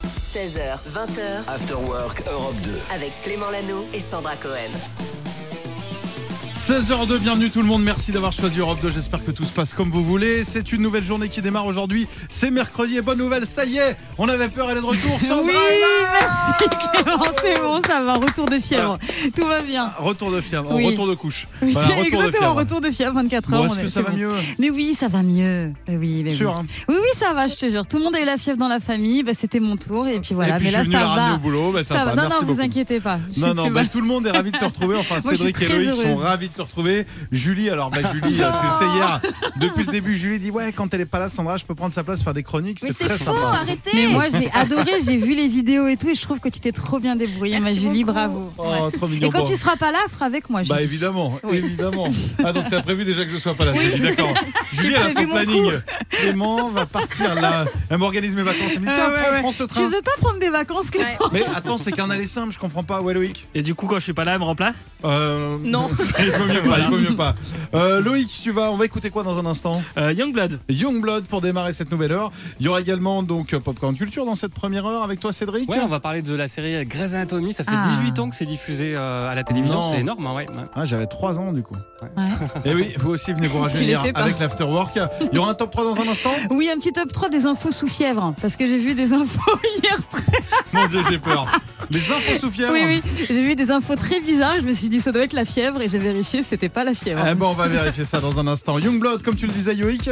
16h, 20h. After Work Europe 2. Avec Clément Lano et Sandra Cohen. 16h02, bienvenue tout le monde, merci d'avoir choisi Europe 2, j'espère que tout se passe comme vous voulez. C'est une nouvelle journée qui démarre aujourd'hui, c'est mercredi et bonne nouvelle, ça y est, on avait peur, elle est de retour, Sandra. Oui, merci Clément, c'est bon, ça va, retour de fièvre, tout va bien. Retour de fièvre, Oui. retour de couche. Oui, Voilà, c'est retour de exactement, fièvre. retour de fièvre, 24 Bon, heures. est-ce que ça va mieux? Mais oui, ça va mieux. Oui, mais Sûr, oui. hein. Oui, ça va, je te jure. Tout le monde a eu la fièvre dans la famille, bah, c'était mon tour et puis voilà. Et puis mais là, je suis venu ça la ramener va. au boulot, bah, Ça sympa, va. Non, merci non, beaucoup. vous inquiétez pas. Je suis Non, non, plus bah, mal. tout le monde est ravi de te retrouver. Enfin, Moi, je suis Cédric et très Loïc sont heureuse. ravis de te retrouver. Julie, alors, Julie, tu sais, hier, depuis le début, Julie dit ouais, quand elle est pas là, Sandra, je peux prendre sa place, faire des chroniques. Mais C'était c'est très faux, sympa. arrêtez. Mais moi, j'ai adoré, j'ai vu les vidéos et tout et je trouve que tu t'es trop bien débrouillée, ma Merci Julie, beaucoup. bravo. Oh, Ouais. trop mignon. Et quand Bon. tu seras pas là, fera avec moi, Julie. Bah évidemment, Oui. évidemment. Ah donc t'as prévu déjà que je sois pas là, Julie, d'accord. Julie elle a son prévu mon planning. Clément va partir là. Elle m'organise mes vacances. Elle me dit tiens, prends ce Tu train. veux pas prendre des vacances, Clément? Mais attends, c'est qu'un aller simple, je comprends pas. Ouais Loïc. Et du coup, quand je suis pas là, elle me remplace? Non. Il vaut mieux pas. Il vaut mieux pas. Loïc, on va écouter quoi dans un instant? Youngblood. Youngblood pour démarrer cette nouvelle heure. Il y aura également donc Popcorn Culture dans cette première heure avec toi Cédric. Ouais, on va parler de la série Grey's Anatomy. Ça fait Ah. 18 ans que c'est diffusé à la télévision. Non. C'est énorme, hein, ouais. Ah, j'avais 3 ans du coup. Ouais. Et oui, vous aussi venez vous Tu les rajeunir fais pas. avec l'Afterwork. Il y aura un top 3 dans un instant. Oui, un petit top 3 des infos sous fièvre, parce que j'ai vu des infos hier. Mon Dieu, j'ai peur. Les infos sous fièvre. Oui, oui, j'ai vu des infos très bizarres. Je me suis dit, ça doit être la fièvre, et j'ai vérifié, c'était pas la fièvre. Eh ben, on va vérifier ça dans un instant. Youngblood, comme tu le disais, Yoic,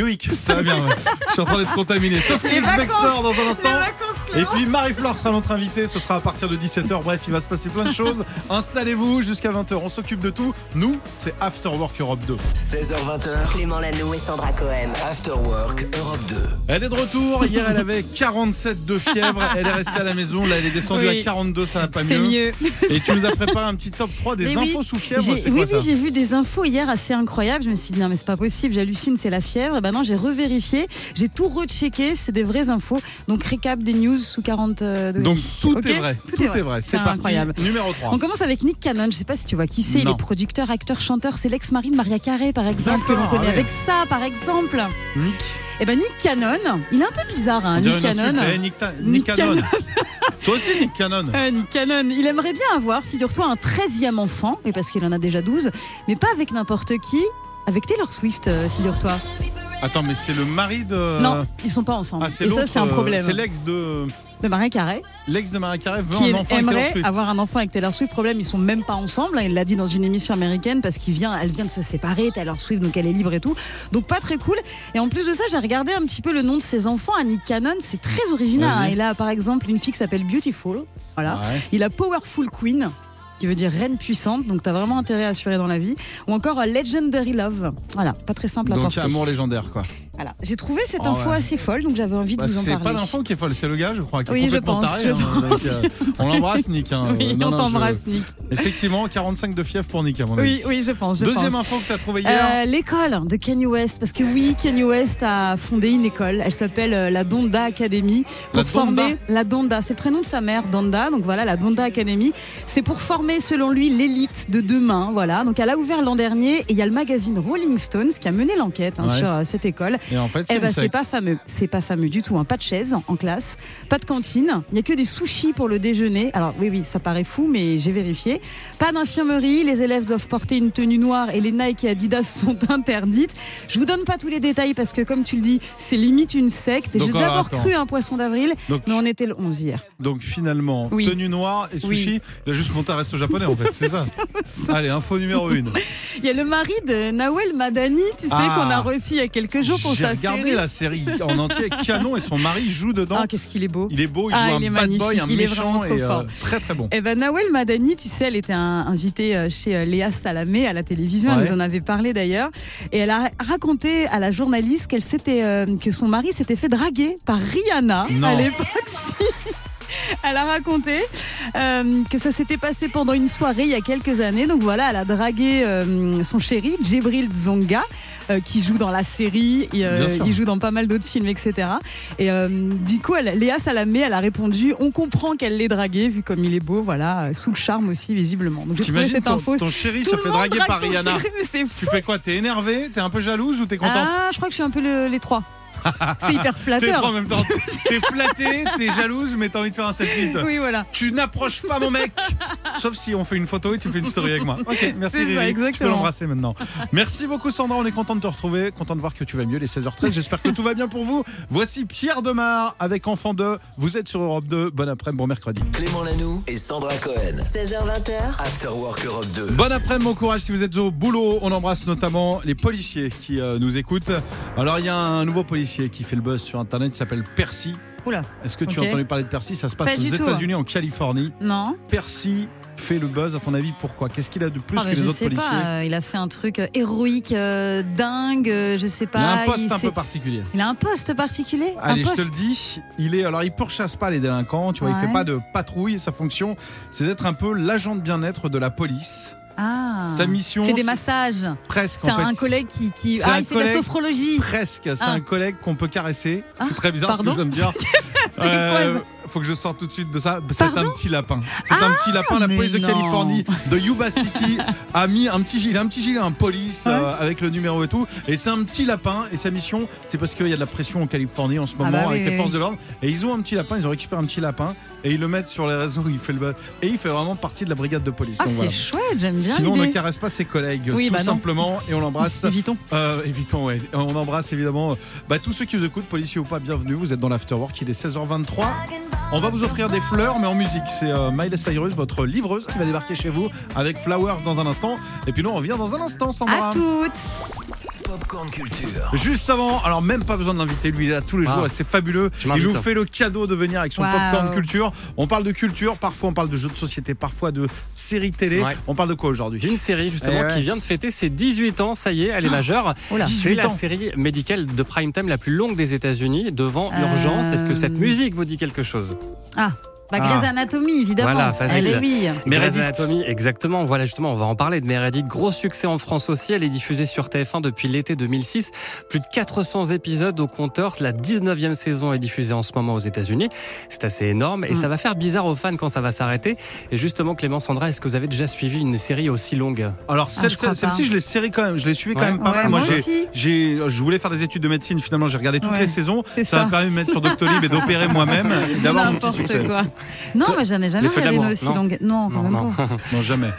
ça va bien. Ouais. Je suis en train d'être contaminé. Sophie Les vacances. Baxter dans un instant. Les vacances, Et Clément. puis Marie-Flore sera notre invitée. Ce sera à partir de 17h. Bref, il va se passer plein de choses. Installez-vous jusqu'à 20h. On s'occupe de tout. Nous, c'est After Work Europe 2. 16h20. Clément Lano et Sandra Cohen. After Work Europe 2. Elle est de retour. Hier, elle avait 47 de fièvre. Elle est restée à la maison. Là, elle est descendue Oui. à 42. Ça va pas C'est mieux. Et tu nous as préparé un petit top 3 des Mais oui. infos sous fièvre. J'ai- C'est oui, quoi ça? j'ai vu des infos hier assez incroyables. Je me suis dit, non, mais c'est pas possible, j'hallucine, c'est la fièvre. Et ben non, j'ai revérifié, j'ai tout rechecké, c'est des vraies infos. Donc, récap des news sous 40 degrés. Donc tout Ok, est vrai. Tout est vrai. C'est parti. incroyable. Numéro 3. On commence avec Nick Cannon. Je sais pas si tu vois qui c'est. Il Non. est producteur, acteur, chanteur. C'est l'ex-mari de Maria Carey, par exemple, que D'accord, l'on connaît ah ouais. avec ça, par exemple. Nick. Et ben Nick Cannon, il est un peu bizarre, hein, On dirait Nick une insulte. Cannon. Eh, Nick Nick Cannon. Cannon. Toi aussi, Nick Cannon. Nick Cannon, il aimerait bien avoir, figure-toi, un 13e enfant, et parce qu'il en a déjà 12, mais pas avec n'importe qui, avec Taylor Swift, figure-toi. Attends, mais c'est le mari de. Non, ils sont pas ensemble. Ah, c'est et ça, l'autre, c'est un problème. C'est l'ex de Maria Carey, Maria Carey veut qui un enfant avec Taylor aimerait Swift. avoir un enfant avec Taylor Swift. Problème, ils sont même pas ensemble. Il l'a dit dans une émission américaine parce elle vient de se séparer, Taylor Swift, donc elle est libre et tout. Donc pas très cool. Et en plus de ça, j'ai regardé un petit peu le nom de ses enfants. À Nick Cannon, c'est très original. Vas-y. Il a par exemple une fille qui s'appelle Beautiful. Voilà. Ouais. Il a Powerful Queen, qui veut dire reine puissante, donc t'as vraiment intérêt à assurer dans la vie. Ou encore Legendary Love. Voilà, pas très simple à Donc porter. amour légendaire quoi. Voilà. J'ai trouvé cette Oh, info ouais. assez folle, donc j'avais envie de vous en C'est parler. pas l'enfant qui est folle, c'est le gars je crois qui est Oui, je complètement pense, taré. je hein. pense. Donc, on l'embrasse Nick. Hein. Oui, Non, on non, t'embrasse, je- Nick. Effectivement, 45 de fièvre pour Nick à mon avis. Oui, oui, je pense. Deuxième info que tu as trouvé hier. L'école de Kanye West, parce que oui, Kanye West a fondé une école. Elle s'appelle la Donda Academy La pour Donda former la Donda. C'est le prénom de sa mère, Donda. Donc voilà, la Donda Academy. C'est pour former, selon lui, l'élite de demain. Voilà. Donc elle a ouvert l'an dernier et il y a le magazine Rolling Stones qui a mené l'enquête Ouais. sur cette école. Et en fait, Eh c'est ben, une c'est secte. pas fameux. C'est pas fameux du tout. Hein. Pas de chaise en classe, pas de cantine. Il y a que des sushis pour le déjeuner. Alors oui, ça paraît fou, mais j'ai vérifié. Pas d'infirmerie. Les élèves doivent porter une tenue noire et les Nike et Adidas sont interdites. Je vous donne pas tous les détails parce que, comme tu le dis, c'est limite une secte. Et Donc, j'ai d'abord attends. cru un poisson d'avril, Donc, mais on était le 11 hier. donc finalement, Oui. tenue noire et sushi, Oui. il a juste monté un resto japonais en fait, c'est ça. Allez, info numéro 1. Il y a le mari de Nawel Madani, tu sais, Ah. qu'on a reçu il y a quelques jours pour J'ai sa regardé série. la série en entier. Canon et son mari joue dedans. Ah, qu'est-ce qu'il est beau. Il est beau, il Ah, joue il est un bad boy, magnifique, un il est méchant vraiment trop et fort. très très bon. Eh ben, Nawel Madani, tu sais, elle était invitée chez Léa Salamé à la télévision. Ouais. Elle nous en avait parlé d'ailleurs. Et elle a raconté à la journaliste que son mari s'était fait draguer par Rihanna Non. à l'époque. Si. Elle a raconté que ça s'était passé pendant une soirée il y a quelques années. Donc voilà, elle a dragué son chéri, Djibril Tsonga, qui joue dans la série, Bien sûr. il joue dans pas mal d'autres films, etc. Et du coup, Léa Salamé, elle a répondu, on comprend qu'elle l'ait dragué, vu comme il est beau, voilà, sous le charme aussi, visiblement. Donc j'ai trouvé T'imagines cette info. ton chéri Tout se le fait monde draguer drague par ton Rihanna. chéri, mais c'est fou. Tu fais quoi? T'es énervé? T'es un peu jalouse ou t'es contente? Ah, je crois que je suis un peu les trois. C'est hyper T'es flatteur. trop en même temps. T'es flatté, t'es jalouse, mais t'as envie de faire un selfie. Oui, voilà. Tu n'approches pas mon mec. Sauf si on fait une photo et tu fais une story avec moi. Ok, merci C'est ça, Riri. Tu peux exactement. l'embrasser maintenant. Merci beaucoup Sandra, on est content de te retrouver, content de voir que tu vas mieux, les 16h13. J'espère que tout va bien pour vous. Voici Pierre Demar avec Enfant 2. Vous êtes sur Europe 2. Bon après-midi, bon mercredi. Clément Lanoux et Sandra Cohen. 16h20. After Work Europe 2. Bon après-midi, bon courage si vous êtes au boulot. On embrasse notamment les policiers qui nous écoutent. Alors il y a un nouveau policier qui fait le buzz sur internet, il s'appelle Percy. Oula. Est-ce que tu Ok. as entendu parler de Percy? Ça se passe Pas aux du tout. États-Unis, en Californie. Non. Percy fait le buzz, à ton avis, pourquoi? Qu'est-ce qu'il a de plus Ah, que mais les je autres sais policiers? pas, il a fait un truc héroïque, dingue, je sais pas. Il a un poste un s'est- peu particulier. Il a un poste particulier. Allez, un je poste. te le dis, il pourchasse pas les délinquants, tu vois, il Ouais. fait pas de patrouille, sa fonction, c'est d'être un peu l'agent de bien-être de la police. Ah. Sa mission, Il fait des c'est massages. presque C'est en fait. un collègue qui... C'est Ah, un il fait de la collègue sophrologie. Presque, c'est Ah. un collègue qu'on peut caresser. Ah, C'est très bizarre pardon ce que je viens de dire. C'est quoi, ça Faut que je sorte tout de suite de ça. C'est un Pardon petit lapin. C'est un petit lapin. La mais police de non. Californie, de Yuba City, a mis un petit gilet, un police Ouais. avec le numéro et tout. Et c'est un petit lapin. Et sa mission, c'est parce qu'il y a de la pression en Californie en ce moment bah oui, avec les oui, forces oui. de l'ordre. Et ils ont un petit lapin. Ils ont récupéré un petit lapin et ils le mettent sur les réseaux. Il fait le buzz. Et il fait vraiment partie de la brigade de police. Ah, Donc, c'est voilà. chouette, j'aime bien Sinon, on ne l'idée. caresse pas ses collègues, Oui, tout bah non. simplement, et on l'embrasse. Évitons. Évitons, ouais. On embrasse évidemment tous ceux qui vous écoutent, policiers ou pas, bienvenue. Vous êtes dans l'Afterwork, il est 16h23. On va vous offrir des fleurs, mais en musique. C'est Miley Cyrus, votre livreuse, qui va débarquer chez vous avec Flowers dans un instant. Et puis nous, on revient dans un instant, Sandra. À toutes. Popcorn Culture. Juste avant, alors même pas besoin de l'inviter, lui il est là tous les jours Ah. et c'est fabuleux. Tu Il m'invites. nous fait le cadeau de venir avec son Wow. Popcorn Culture. On parle de culture, parfois on parle de jeux de société, parfois de séries télé. Ouais. On parle de quoi aujourd'hui? D'une série justement Eh ouais. qui vient de fêter ses 18 ans, ça y est, elle est majeure. Oula. C'est 18 la ans. série médicale de prime time la plus longue des États-Unis, devant Urgence. Est-ce que cette musique vous dit quelque chose? Ah, bah Grey's Ah. Anatomy, évidemment. Voilà, facile. Elle est oui. Meredith. Grey's Anatomy, exactement. Voilà, justement, on va en parler de Meredith. Gros succès en France aussi. Elle est diffusée sur TF1 depuis l'été 2006. Plus de 400 épisodes au compteur. La 19e saison est diffusée en ce moment aux États-Unis. C'est assez énorme et ça va faire bizarre aux fans quand ça va s'arrêter. Et justement, Clément, Sandra, est-ce que vous avez déjà suivi une série aussi longue? Alors je crois celle-ci, pas. je l'ai serrée quand même, je l'ai suivi quand Ouais. même pas Ouais, mal. moi Moi, aussi. je voulais faire des études de médecine, finalement j'ai regardé toutes Ouais, les saisons. c'est Ça m'a ça. permis de me mettre sur Doctolib et d'opérer moi-même et d'avoir mon petit N'importe succès. quoi. Non, mais j'en ai jamais Les Feux de regardé une l'amour, aussi non. longue. Non, quand Non, même non. pas. Non, jamais.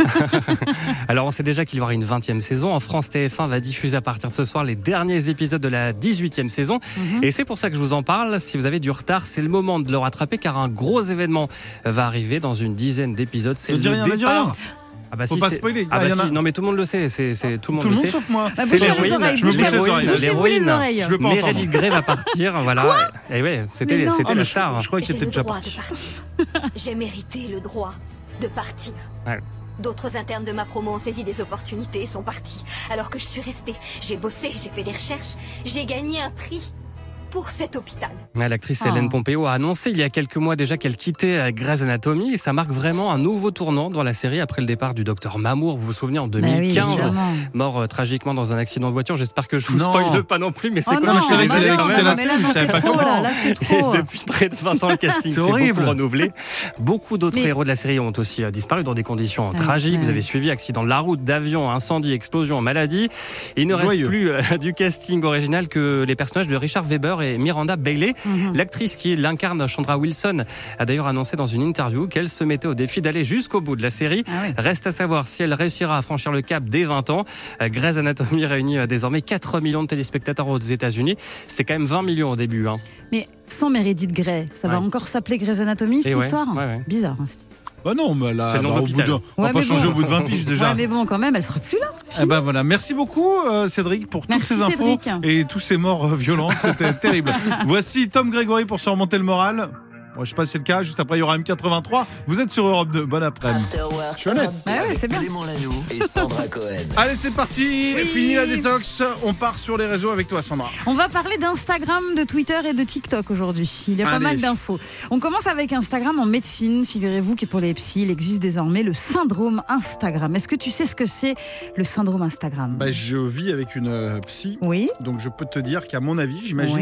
Alors, on sait déjà qu'il y aura une 20e saison. En France, TF1 va diffuser à partir de ce soir les derniers épisodes de la 18e saison. Et c'est pour ça que je vous en parle. Si vous avez du retard, c'est le moment de le rattraper car un gros événement va arriver dans une dizaine d'épisodes. C'est Ne dis le rien, ne dis départ. rien. Ah bah Faut si, pas c'est- spoiler. Ah Ah, bah y en a- si. Non mais tout le monde le sait. C'est tout le monde Tout le le monde sait. sauf moi. Bah, C'est bouchez vos l'héroïne. oreilles, Je me bouchez bouche les vos- oreilles. bouchez-vous les L'héroïne. oreilles. Je veux pas entendre. Meredith Grey va partir. Voilà. Et ouais, Mais c'était non. Ah, la mais star. je crois que J'ai t'étais le déjà droit parti. de partir. J'ai mérité le droit de partir. Ouais. D'autres internes de ma promo ont saisi des opportunités et sont partis. Alors que je suis restée, j'ai bossé, j'ai fait des recherches, j'ai gagné un prix pour cet hôpital. Ouais, l'actrice Oh. Hélène Pompeo a annoncé il y a quelques mois déjà qu'elle quittait Grey's Anatomy et ça marque vraiment un nouveau tournant dans la série après le départ du docteur Mamour. Vous vous souvenez en Bah oui, 2015, évidemment. mort tragiquement dans un accident de voiture. J'espère que je vous Non. spoile pas non plus, mais c'est Oh quoi non, je savais que bah vous allez non, quitter la mais série, là, je non, savais c'est pas trop, comment. là, c'est trop. Depuis près de 20 ans, le casting C'est s'est horrible. beaucoup renouvelé. Beaucoup d'autres Mais- héros de la série ont aussi disparu dans des conditions tragiques. ouais. Vous avez suivi accident de la route, d'avion, incendie, explosion, maladie. Et il ne reste Joyeux. plus du casting original que les personnages de Richard Weber et Miranda Bailey. L'actrice qui l'incarne, Chandra Wilson, a d'ailleurs annoncé dans une interview qu'elle se mettait au défi d'aller jusqu'au bout de la série. Ah ouais. Reste à savoir si elle réussira à franchir le cap dès 20 ans. Grey's Anatomy réunit désormais 4 millions de téléspectateurs aux États-Unis. C'était quand même 20 millions au début. Hein. Mais sans Meredith Grey, ça va Ouais. encore s'appeler Grey's Anatomy, cette Et ouais, histoire ouais, ouais. Bizarre. Hein. Bah non, mais là, C'est le nom de au bout l'hôpital. on va Ouais, pas mais changer bon. au bout de 20 piges déjà. Ouais, mais bon, quand même, elle sera plus là. Eh ben voilà, merci beaucoup Cédric pour toutes Merci, ces infos Cédric. et tous ces morts violents, c'était terrible. Voici Tom Grégory pour se remonter le moral. Bon, je sais pas si c'est le cas, juste après il y aura M83. Vous êtes sur Europe 2, bon après-midi. After Work. Je suis honnête. Bah ouais, c'est bien. Clément Lanoux et Sandra Cohen. Allez, c'est parti, Oui. fini la détox, on part sur les réseaux avec toi Sandra. On va parler d'Instagram, de Twitter et de TikTok aujourd'hui. Il y a pas Allez. mal d'infos. On commence avec Instagram en médecine. Figurez-vous que pour les psys, il existe désormais le syndrome Instagram. Est-ce que tu sais ce que c'est le syndrome Instagram? Bah, je vis avec une psy, Oui. donc je peux te dire qu'à mon avis, j'imagine Oui.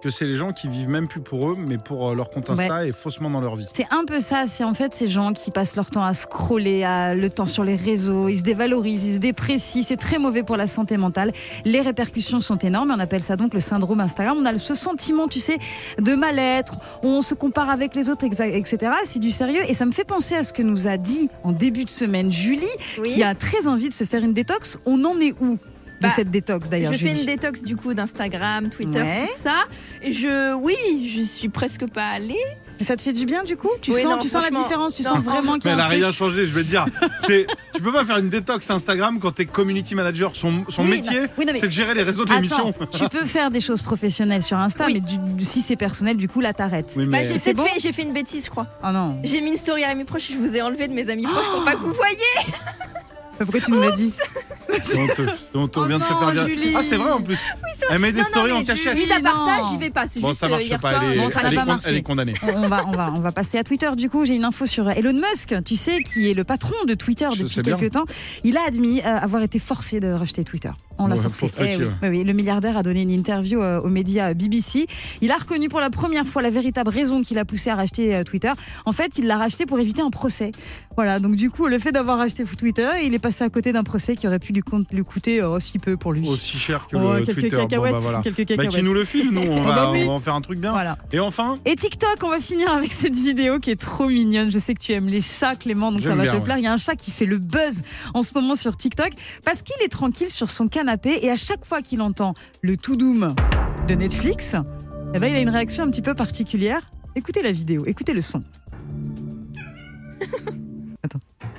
que c'est les gens qui vivent même plus pour eux, mais pour leur compte Insta et faussement dans leur vie. C'est un peu ça, c'est en fait ces gens qui passent leur temps à scroller, le temps sur les réseaux, ils se dévalorisent, ils se déprécient, c'est très mauvais pour la santé mentale. Les répercussions sont énormes, on appelle ça donc le syndrome Instagram. On a ce sentiment, tu sais, de mal-être, on se compare avec les autres, etc. C'est du sérieux et ça me fait penser à ce que nous a dit en début de semaine Julie, qui a très envie de se faire une détox. On en est où de cette détox d'ailleurs, Je Julie? fais une détox du coup d'Instagram, Twitter, tout ça. Et je suis presque pas allée. Et ça te fait du bien du coup? Tu Oui, sens la différence? Tu sens vraiment qu'il y a Mais elle un a rien changé, je vais te dire. Tu peux pas faire une détox Instagram quand t'es community manager. Son métier, c'est de gérer les réseaux de l'émission. Tu peux faire des choses professionnelles sur Insta, mais si c'est personnel, du coup là t'arrêtes. Oui, mais... j'ai fait une bêtise, je crois. Oh non. J'ai mis une story à amis proches, je vous ai enlevé de mes amis proches pour pas que vous voyez. Pourquoi tu nous l'as dit? C'est honteux, on vient de se faire dire. Julie. Ah, c'est vrai en plus. Elle met des stories en cachette. Oui, à part ça, j'y vais pas. C'est juste ça marche hier pas. soir. Ça n'a pas marché. Elle est condamnée. On va passer à Twitter. Du coup, j'ai une info sur Elon Musk, tu sais, qui est le patron de Twitter depuis quelques temps. Il a admis avoir été forcé de racheter Twitter. On l'a forcé. Oui, le milliardaire a donné une interview aux médias BBC. Il a reconnu pour la première fois la véritable raison qui l'a poussé à racheter Twitter. En fait, il l'a racheté pour éviter un procès. Voilà, donc du coup, le fait d'avoir racheté Twitter, il est passé à côté d'un procès qui aurait pu lui coûter aussi peu pour lui. Aussi cher que le quelques Twitter. Cacahuètes, Voilà. quelques cacahuètes. Qui nous le file, nous. On va en faire un truc bien. Voilà. Et enfin. Et TikTok, on va finir avec cette vidéo qui est trop mignonne. Je sais que tu aimes les chats, Clément, donc ça va te plaire. Il y a un chat qui fait le buzz en ce moment sur TikTok parce qu'il est tranquille sur son canapé et à chaque fois qu'il entend le tout doom de Netflix, il a une réaction un petit peu particulière. Écoutez la vidéo, écoutez le son. Attends.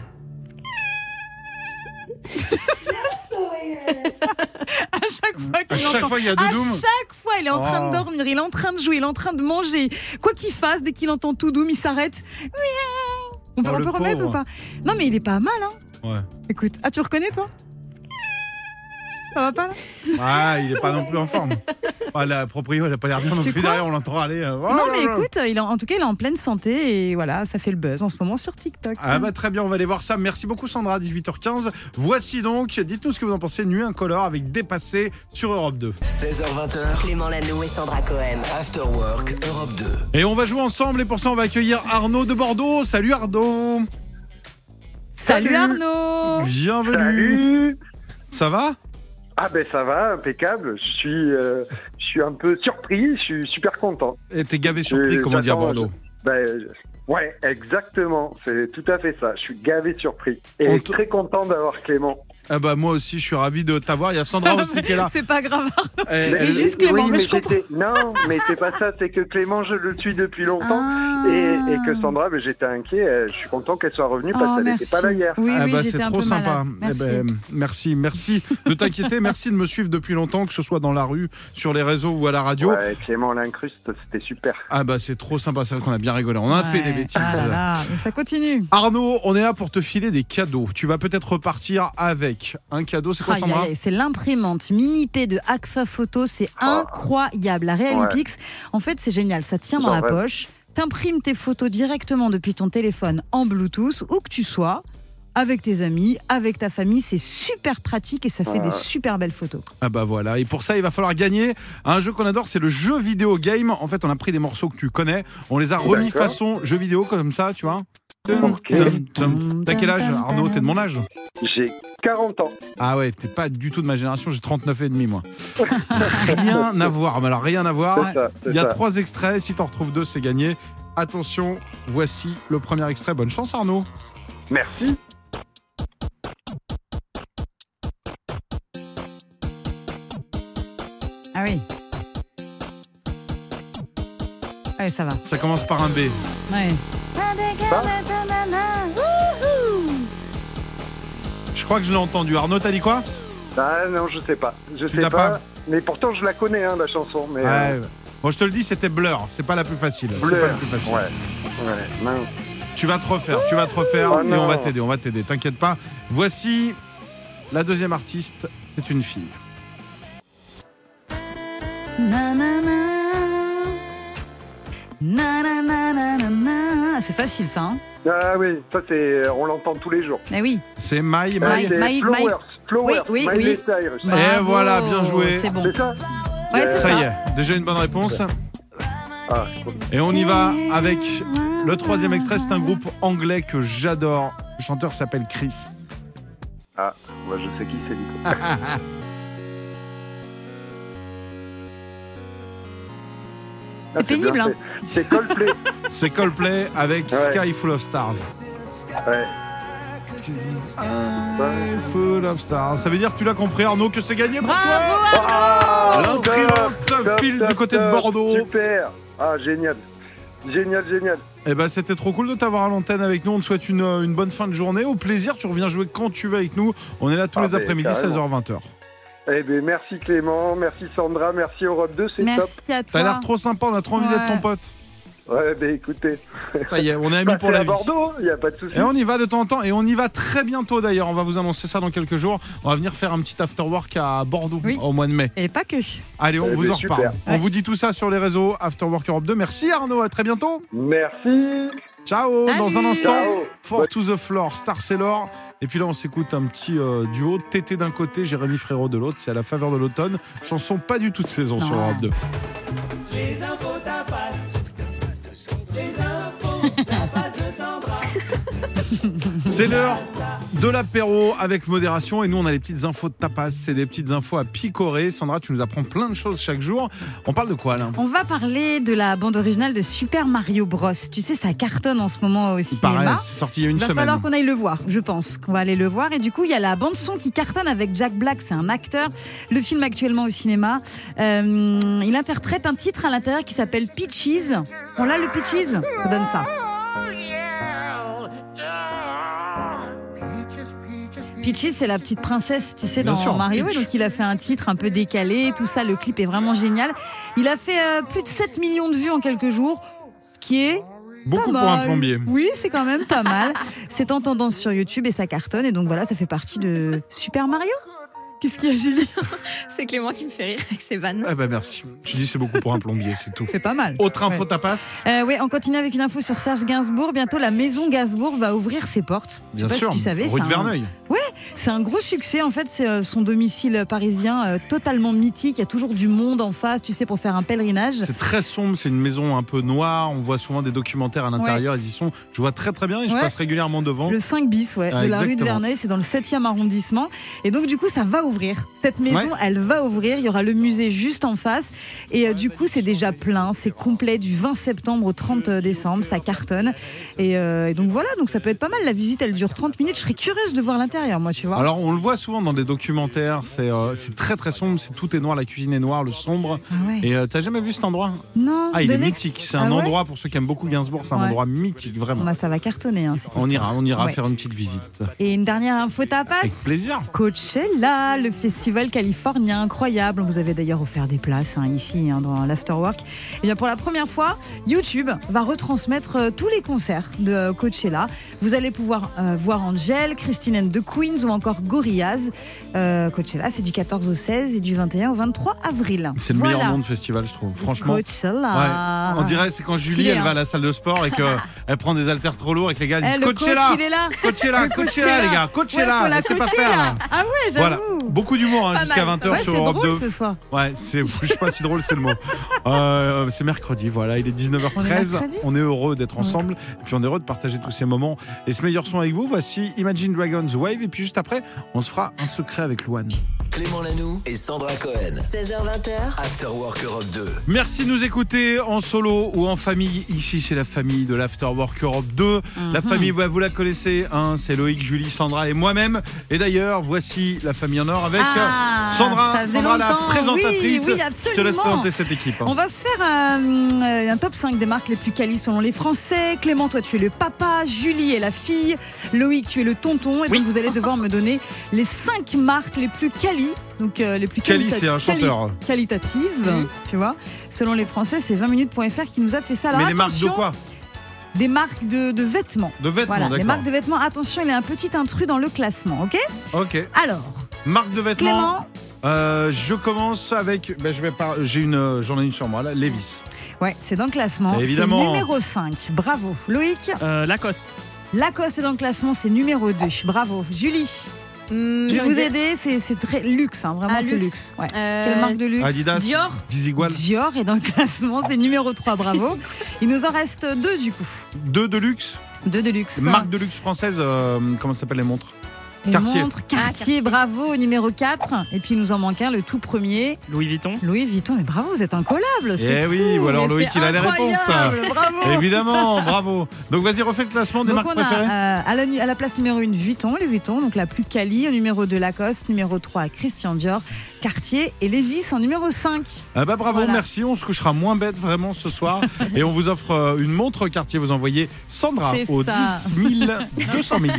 À chaque fois qu'il y a Doudou, à chaque fois il est en train de dormir, il est en train de jouer, il est en train de manger. Quoi qu'il fasse, dès qu'il entend Toudoum, il s'arrête. On peut remettre ou pas? Non mais il est pas mal, hein. Ouais. Écoute, tu reconnais toi? Ça va pas là? Ah, il est pas non plus en forme. La proprio, elle a pas l'air bien non plus derrière, on l'entend aller. Non mais écoute, en tout cas il est en pleine santé et voilà, ça fait le buzz en ce moment sur TikTok. Ah bah très bien, on va aller voir ça. Merci beaucoup Sandra, 18h15. Voici donc, dites-nous ce que vous en pensez, Nuit Incolore avec Dépassé sur Europe 2. 16h20. Clément Lanoux et Sandra Cohen. After Work Europe 2. Et on va jouer ensemble et pour ça on va accueillir Arnaud de Bordeaux. Salut Arnaud. Salut Arnaud. Bienvenue. Salut. Ça va? Ah ben ça va, impeccable. Je suis un peu surpris, je suis super content. Et t'es gavé surpris, comme on dit à Bordeaux. Ouais, exactement. C'est tout à fait ça. Je suis gavé surpris et très content d'avoir Clément. Ah bah moi aussi, je suis ravi de t'avoir. Il y a Sandra aussi qui est là. C'est pas grave. Mais juste Clément, mais je comprends. Non, mais c'est pas ça. C'est que Clément, je le suis depuis longtemps et que Sandra, j'étais inquiet. Je suis content qu'elle soit revenue parce qu'elle n'était pas là hier. Oui, c'est trop sympa. Merci de t'inquiéter. Merci de me suivre depuis longtemps, que ce soit dans la rue, sur les réseaux ou à la radio. Ouais, Clément l'incruste, c'était super. Ah bah c'est trop sympa. C'est vrai qu'on a bien rigolé. On a fait des bêtises. Ah là, ça continue. Arnaud, on est là pour te filer des cadeaux. Tu vas peut-être repartir avec un cadeau. C'est quoi, Sandra? C'est l'imprimante Mini-P de Agfa Photo. C'est incroyable. La Realipix, en fait, c'est génial. Ça tient dans la poche. T'imprimes tes photos directement depuis ton téléphone en Bluetooth, où que tu sois, avec tes amis, avec ta famille. C'est super pratique et ça fait des super belles photos. Ah bah voilà. Et pour ça, il va falloir gagner un jeu qu'on adore. C'est le jeu vidéo game. En fait, on a pris des morceaux que tu connais. On les a remis façon jeu vidéo comme ça, tu vois. T'as quel âge, Arnaud? T'es de mon âge? J'ai 40 ans. Ah ouais, t'es pas du tout de ma génération, j'ai 39 et demi moi. Rien à voir, mais alors rien à voir. Il y a 3 extraits, si t'en retrouves 2, c'est gagné. Attention, voici le premier extrait. Bonne chance Arnaud. Merci. Ah oui. Ouais, ça va. Ça commence par un B. Ouais. Je crois que je l'ai entendu. Arnaud, t'as dit quoi? Ah non, je sais pas. Je sais pas. Mais pourtant, je la connais, la chanson. Mais Bon, je te le dis, c'était Blur. C'est pas la plus facile. Blur. C'est pas la plus facile. Ouais. Mince. Tu vas te refaire et on va t'aider. T'inquiète pas. Voici la deuxième artiste. C'est une fille. C'est facile ça, hein? Ah oui, ça on l'entend tous les jours. Eh oui. C'est Flowers. Flowers. Oui. Miley Cyrus. Et voilà, bien joué. C'est bon. C'est ça? Ouais, c'est Ça ça. y est, déjà une bonne réponse. Ah, Et on y va avec le troisième extrait. C'est un groupe anglais que j'adore. Le chanteur s'appelle Chris. moi je sais qui c'est, du coup. C'est pénible, hein. C'est Coldplay. C'est Coldplay avec Ouais. Sky Full of Stars. Ouais. Sky Full of Stars. Ça veut dire que tu l'as compris, Arnaud, que c'est gagné pour Bravo, toi. Arnaud. L'imprimante file du côté de Bordeaux. Super. Ah, génial. Génial. Eh ben, c'était trop cool de t'avoir à l'antenne avec nous. On te souhaite une bonne fin de journée. Au plaisir, tu reviens jouer quand tu veux avec nous. On est là tous les après-midi, carrément. 16h, 20h. Eh bien, merci Clément, merci Sandra, merci Europe 2, c'est top. Merci à toi. T'as l'air trop sympa, on a trop envie d'être ton pote. Ouais, ben écoutez. Ça y est, on est amis pour la à vie. Bordeaux, il n'y a pas de souci. Et on y va de temps en temps, et on y va très bientôt d'ailleurs. On va vous annoncer ça dans quelques jours. On va venir faire un petit afterwork à Bordeaux au mois de mai. Et pas que. Allez, on Eh vous ben, en reparle. super. On vous dit tout ça sur les réseaux Afterwork Europe 2. Merci Arnaud, à très bientôt. Merci. Ciao. Salut. Dans un instant, Ciao. Four to the Floor, Star Sailor. Et puis là, on s'écoute un petit duo. Tété d'un côté, Jérémy Frérot de l'autre. C'est à la faveur de l'automne. Chanson pas du tout de saison sur Europe 2. Les infos tapas. Les infos tapas de Sandra. C'est l'heure de l'apéro avec modération. Et nous, on a les petites infos de tapas. C'est des petites infos à picorer. Sandra, tu nous apprends plein de choses chaque jour. On parle de quoi là? On va parler de la bande originale de Super Mario Bros. Tu sais, ça cartonne en ce moment au cinéma. Pareil, c'est sorti il y a une Il va semaine. falloir qu'on aille le voir, je pense qu'on va aller le voir. Et du coup, il y a la bande-son qui cartonne avec Jack Black, c'est un acteur. Le film actuellement au cinéma. Il interprète un titre à l'intérieur qui s'appelle Peaches. On l'a le Peaches? Ça donne ça. Peaches, c'est la petite princesse, tu sais, Bien dans sûr, Mario. Peach. Donc, il a fait un titre un peu décalé, tout ça. Le clip est vraiment génial. Il a fait plus de 7 millions de vues en quelques jours, ce qui est Beaucoup pas pour un mal. plombier. Oui, c'est quand même pas mal. C'est en tendance sur YouTube et ça cartonne. Et donc voilà, ça fait partie de Super Mario. Qu'est-ce qu'il y a, Julie? C'est Clément qui me fait rire avec ses vannes. Eh ben merci. Je dis c'est beaucoup pour un plombier, c'est tout. C'est pas mal. Autre info Ouais. tapas. Oui, on continue avec une info sur Serge Gainsbourg. Bientôt, la maison Gainsbourg va ouvrir ses portes. Bien Je sais pas sûr. si tu savais, Rue de c'est Verneuil. C'est un gros succès. En fait, c'est son domicile parisien totalement mythique. Il y a toujours du monde en face, tu sais, pour faire un pèlerinage. C'est très sombre, c'est une maison un peu noire. On voit souvent des documentaires à l'intérieur. Ils y sont. Je vois très très bien et je Ouais. passe régulièrement devant. Le 5 bis, ouais, Ah, de la rue de exactement. Verneuil, c'est dans le 7e arrondissement. Et donc, du coup, ça va ouvrir. Cette maison, elle va ouvrir. Il y aura le musée juste en face. Et du coup, c'est déjà plein. C'est complet du 20 septembre au 30 décembre. Ça cartonne. Et donc, voilà. Donc, ça peut être pas mal. La visite, elle dure 30 minutes. Je serais curieuse de voir l'intérieur, moi, tu vois. Alors on le voit souvent dans des documentaires, c'est très très sombre, tout est noir, la cuisine est noire, le sombre. Ah ouais. Et t'as jamais vu cet endroit? Non. Ah, il de est l'ex- mythique, c'est Ah un ouais endroit pour ceux qui aiment beaucoup Gainsbourg, c'est un Ouais. endroit mythique, vraiment. Bah, ça va cartonner. Hein, cette On histoire. ira Ouais. faire une petite visite. Et une dernière info tapas. Avec plaisir. Coachella, le festival californien incroyable. On vous avait d'ailleurs offert des places ici dans l'Afterwork. Et bien pour la première fois, YouTube va retransmettre tous les concerts de Coachella. Vous allez pouvoir voir Angèle, Christine and the Queens ou encore Gorillaz. Coachella, c'est du 14 au 16 et du 21 au 23 avril. C'est le Voilà. meilleur nom de festival, je trouve. Franchement. Coachella. Ouais. On dirait c'est quand Julie Stylé, elle va hein. à la salle de sport et qu'elle prend des haltères trop lourds et que les gars disent Le coach, Coachella, il est là. Coachella, Le coach Coachella est là. les gars, Ouais, Coachella, faut la laissez pas coacher, faire là. là. Ah ouais, j'avoue. Voilà, beaucoup d'humour Pas jusqu'à mal. 20h Ouais, sur c'est Europe drôle 2. ce soir. Ouais, je sais pas si drôle c'est le mot. C'est mercredi, voilà, il est 19h13. On est mercredi. On est heureux d'être ensemble et puis on est heureux de partager tous ces moments et ce meilleur son avec vous. Voici Imagine Dragons Wave et puis juste après, on se fera un secret avec Louane. Clément Lanoux et Sandra Cohen. 16h20. After Work Europe 2. Merci de nous écouter en solo ou en famille. Ici, c'est la famille de l'Afterwork Europe 2. La famille, vous la connaissez, hein, c'est Loïc, Julie, Sandra et moi-même. Et d'ailleurs, voici la famille en or avec Sandra, ça faisait la longtemps. présentatrice. Oui, Je te laisse absolument. présenter cette équipe. On va se faire un top 5 des marques les plus quali selon les Français. Clément, toi tu es le papa, Julie est la fille, Loïc tu es le tonton. Et donc vous allez devoir me donner les 5 marques les plus quali. Donc les plus Cali, c'est un chanteur. qualitatives, tu vois. Selon les Français, c'est 20minutes.fr qui nous a fait ça. Alors, Mais les marques de attention, quoi? Des marques de vêtements. De vêtements, Voilà, les d'accord. marques de vêtements. Attention, il y a un petit intrus dans le classement, ok? Ok. Alors, Marque de vêtements. Clément. Je commence avec. J'en ai une sur moi, là, Levi's. Ouais, c'est dans le classement. Évidemment. C'est numéro 5. Bravo. Loïc. Lacoste. Lacoste est dans le classement, c'est numéro 2. Bravo. Julie. Je vais vous aider, c'est très luxe, hein, vraiment c'est luxe. Ouais. Quelle marque de luxe? Adidas, Dior. Desigual. Dior est dans le classement, c'est numéro 3, bravo. Il nous en reste 2 du coup. 2 de luxe. 2 de luxe. Marque de luxe française, comment ça s'appelle les montres? Les Cartier. montres, Cartier, bravo, numéro 4. Et puis il nous en manque un, le tout premier. Louis Vuitton. Louis Vuitton, mais bravo, vous êtes incollable. Eh oui, ou alors Loïc, il a les réponses. Bravo. Évidemment, bravo. Donc vas-y, refais le classement des Donc marques on a préférées. à la place numéro 1 Vuitton, les Vuitton, donc la plus quali. Au numéro 2 Lacoste, numéro 3 Christian Dior, Cartier et Levi's en numéro 5. Ah bah bravo, Voilà. merci. On se couchera moins bête vraiment ce soir. Et on vous offre une montre Cartier. Vous envoyez Sandra C'est au ça. 10 200 000.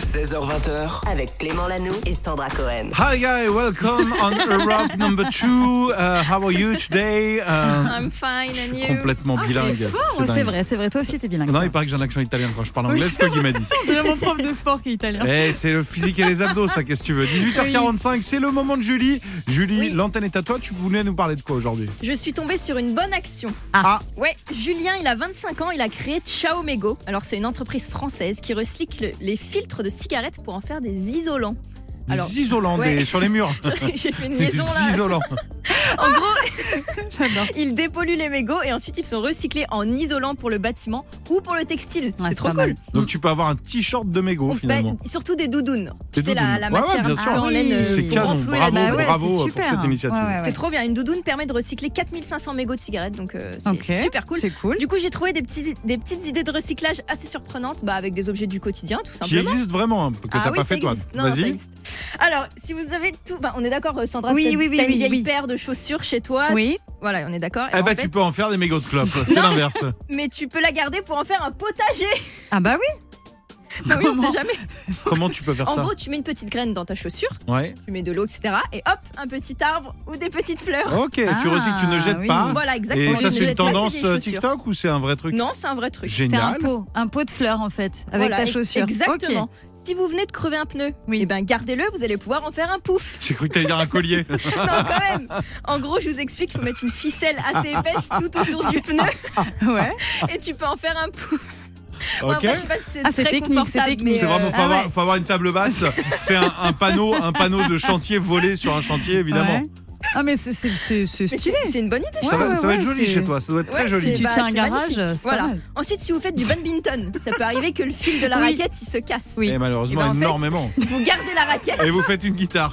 16h20. Avec Clément Lanoux et Sandra Cohen. Hi guys, welcome on Europe number 2. How are you today? I'm fine, Je and suis you? complètement bilingue. Fort, c'est vrai, toi aussi t'es bilingue. Non, il paraît que j'ai un accent italien quand je parle anglais, c'est toi qui m'as dit. C'est mon prof de sport qui est italien. Eh, c'est le physique et les abdos, ça, qu'est-ce que tu veux. 18h45, c'est le moment de Julie. Julie, l'antenne est à toi. Tu voulais nous parler de quoi aujourd'hui? Je suis tombée sur une bonne action. Ah. Ouais, Julien, il a 25 ans, il a créé Ciao Mego. Alors c'est une entreprise française qui recycle les filtres de cigarettes pour en faire des isolants. Des isolants ouais. sur les murs. J'ai fait une Des liaison là. isolants. En gros, ils dépolluent les mégots et ensuite ils sont recyclés en isolant pour le bâtiment ou pour le textile. Ouais, c'est c'est trop pas cool. mal. Donc tu peux avoir un t-shirt de mégot finalement. Surtout des doudounes. Des Tu sais, la doudounes. Ouais, matière bien un sûr. peu en laine C'est pour canon. renflouer la Bravo, dalle. bravo c'est pour super. cette initiative. Ouais, ouais. C'est trop bien. Une doudoune permet de recycler 4500 mégots de cigarettes, donc c'est Ok, super cool. C'est cool. Du coup, j'ai trouvé des petites idées de recyclage assez surprenantes, avec des objets du quotidien, tout Qui simplement. existe vraiment, hein, que t'as Ah oui, pas ça fait toi. existe. Non, ça Vas-y. existe. Alors, si vous avez tout, on est d'accord, Sandra. Oui, t'as oui, oui, t'as une oui, vieille oui. paire de chaussures chez toi. Oui. Voilà, on est d'accord. Et Eh en ben fait- tu peux en faire des mégots de clopes, c'est Non. l'inverse. Mais tu peux la garder pour en faire un potager. Ah bah oui. Bah oui, on Comment sait jamais. Comment tu peux faire En ça? gros, tu mets une petite graine dans ta chaussure, Ouais. tu mets de l'eau, etc. Et hop, un petit arbre ou des petites fleurs. Ok, tu recycles, tu ne jettes oui. pas. Voilà, exactement. Et Je ça ne c'est une jette pas tes tendance vieilles chaussures. TikTok ou c'est un vrai truc? Non, c'est un vrai truc. C'est Génial. un pot de fleurs en fait, avec Voilà, ta chaussure. Exactement. Ok. Si vous venez de crever un pneu, Oui. eh ben gardez-le, vous allez pouvoir en faire un pouf. J'ai cru que t'allais dire un collier. Non, quand même. En gros, je vous explique, il faut mettre une ficelle assez épaisse tout autour du pneu Ouais. et tu peux en faire un pouf. Bon, Ok. après, je sais pas si c'est Ah, c'est très technique, confortable, c'est technique. mais, C'est vraiment, ouais. faut avoir une table basse. C'est un panneau de chantier volé sur un chantier évidemment. Ouais. Ah mais c'est mais stylé. c'est une bonne idée. Ça va, Ouais, ça va être ouais, joli c'est- chez toi, ça doit être très Ouais, joli. Tu bah, tiens un c'est garage, magnifique. c'est pas Voilà. mal. Ensuite, si vous faites du badminton, ça peut arriver que le fil de la Oui. raquette il se casse. Oui. Et malheureusement Eh ben, en fait- énormément. Vous gardez la raquette Et vous faites une guitare.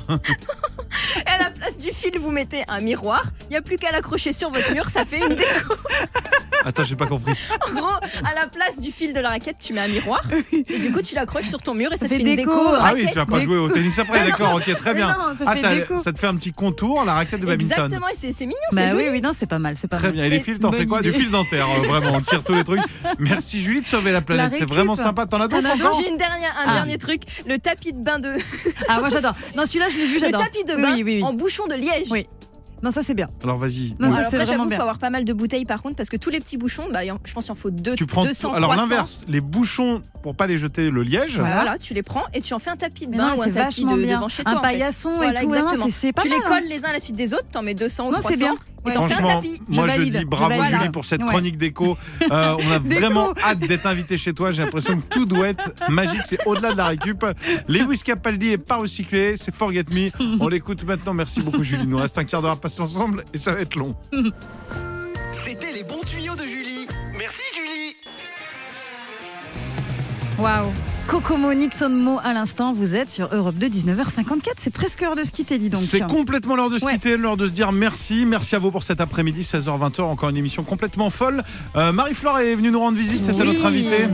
et à la place du fil, vous mettez un miroir. Il n'y a plus qu'à l'accrocher sur votre mur, ça fait une déco. Attends, j'ai pas compris. En gros, à la place du fil de la raquette, tu mets un miroir. Et du coup, tu l'accroches sur ton mur et ça te fait fait une déco. déco. Ah oui, raquette. tu vas pas jouer au tennis après, d'accord, ok, très Mais bien. non, ça fait déco. Ça te fait un petit contour, la raquette de badminton. Exactement, et c'est mignon, c'est Bah joli. oui, non, c'est pas mal, c'est pas Très mal. bien, et les Et fils, t'en bonne fais quoi? idée. Du fil dentaire, vraiment, on tire tous les trucs. Merci Julie de sauver la planète, c'est récup. vraiment sympa. T'en as d'autres T'en as encore? J'ai un Ah. dernier truc, le tapis de bain de. Ah moi j'adore. Non celui-là je l'ai vu, Le j'adore. tapis de Oui, bain oui, oui. en bouchon de liège. Oui. Non ça c'est bien. Alors vas-y. Non, Oui. ça, Alors c'est après, vraiment j'avoue, il bien. faut avoir pas mal de bouteilles par contre, parce que tous les petits bouchons, je pense qu'il en faut Tu prends 200, alors 300. l'inverse, les bouchons pour pas les jeter le liège. Voilà, tu les prends et tu en fais un tapis de Mais bain non, ou un c'est tapis vachement de bien. devant chez toi. Un en fait. paillasson Voilà, et tout, non, exactement. c'est pas Tu mal. les colles les uns à la suite des autres, t'en mets 200 ou Non, 300 c'est bien. et t'en fais un Franchement, tapis. moi je valide, dis bravo je valide. Julie pour cette Ouais. chronique déco. On a vraiment hâte d'être invité chez toi. J'ai l'impression que tout doit être magique. C'est au-delà de la récup. Lewis Capaldi est pas recyclé. C'est Forget Me. On l'écoute maintenant. Merci beaucoup Julie. Il nous reste un quart d'heure à passer ensemble et ça va être long. C'était les bons tuyaux de Julie. Merci Julie. Waouh. Kokomo Nixonmo à l'instant, vous êtes sur Europe 2, 19h54. C'est presque l'heure de se quitter, dis donc. C'est complètement l'heure de se Ouais. quitter, l'heure de se dire merci. Merci à vous pour cet après-midi, 16h-20h. Encore une émission complètement folle. Marie-Flore est venue nous rendre visite, c'est ça Oui. notre invitée.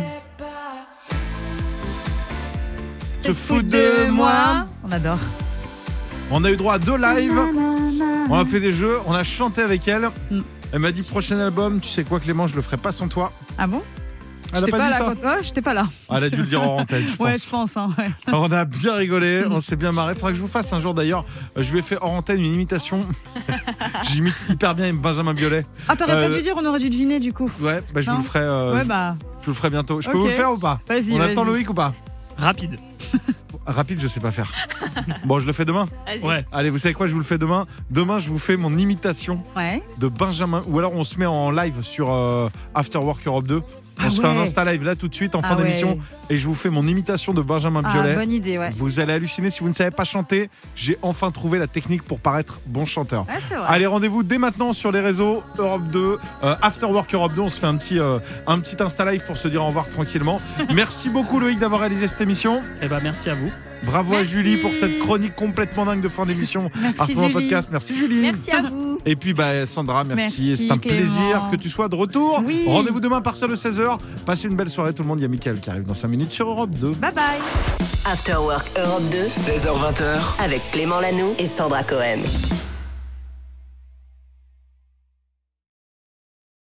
Se fout de moi. On adore. On a eu droit à 2 lives. On a fait des jeux, on a chanté avec elle. Mm. Elle m'a dit prochain album, tu sais quoi Clément, je le ferai pas sans toi. Ah bon? Elle a J'étais pas dit là ça. quand- Ouais, j'étais pas là. Ah, elle a dû le dire en antenne, je pense. Ouais, je pense. Hein, ouais. Alors, on a bien rigolé, on s'est bien marré. Faudra que je vous fasse un jour d'ailleurs. Je lui ai fait hors antenne une imitation. J'imite hyper bien Benjamin Biolay. Ah, t'aurais Euh, pas dû dire, on aurait dû deviner du coup. Ouais, bah, je vous Non. le ferai. Ouais, bah. Je vous le ferai bientôt. Je peux Ok. vous le faire ou pas? Vas-y. On vas-y. attend Loïc ou pas? Rapide. Rapide, je sais pas faire. Bon, je le fais demain. Vas-y. Ouais. Allez, vous savez quoi, je vous le fais demain. Demain, je vous fais mon imitation Ouais. de Benjamin. Ou alors on se met en live sur After Work Europe 2. On se fait un Insta Live là tout de suite en fin d'émission et je vous fais mon imitation de Benjamin Biolay. Bonne idée, ouais. Vous allez halluciner si vous ne savez pas chanter. J'ai enfin trouvé la technique pour paraître bon chanteur. Ouais, c'est vrai. Allez, rendez-vous dès maintenant sur les réseaux Europe 2, After Work Europe 2. On se fait un petit Insta Live pour se dire au revoir tranquillement. Merci beaucoup Loïc d'avoir réalisé cette émission. Eh ben, merci à vous. Bravo à Julie pour cette chronique complètement dingue de fin d'émission. Merci Julie. Podcast. Merci Julie. Merci à vous. Et puis Sandra, merci. Merci, C'est un Clément. plaisir que tu sois de retour. Oui. Rendez-vous demain à partir de 16h. Passez une belle soirée tout le monde. Il y a Mickaël qui arrive dans 5 minutes sur Europe 2. Bye bye. After Work Europe 2, 16h20. avec Clément Lanoux et Sandra Cohen.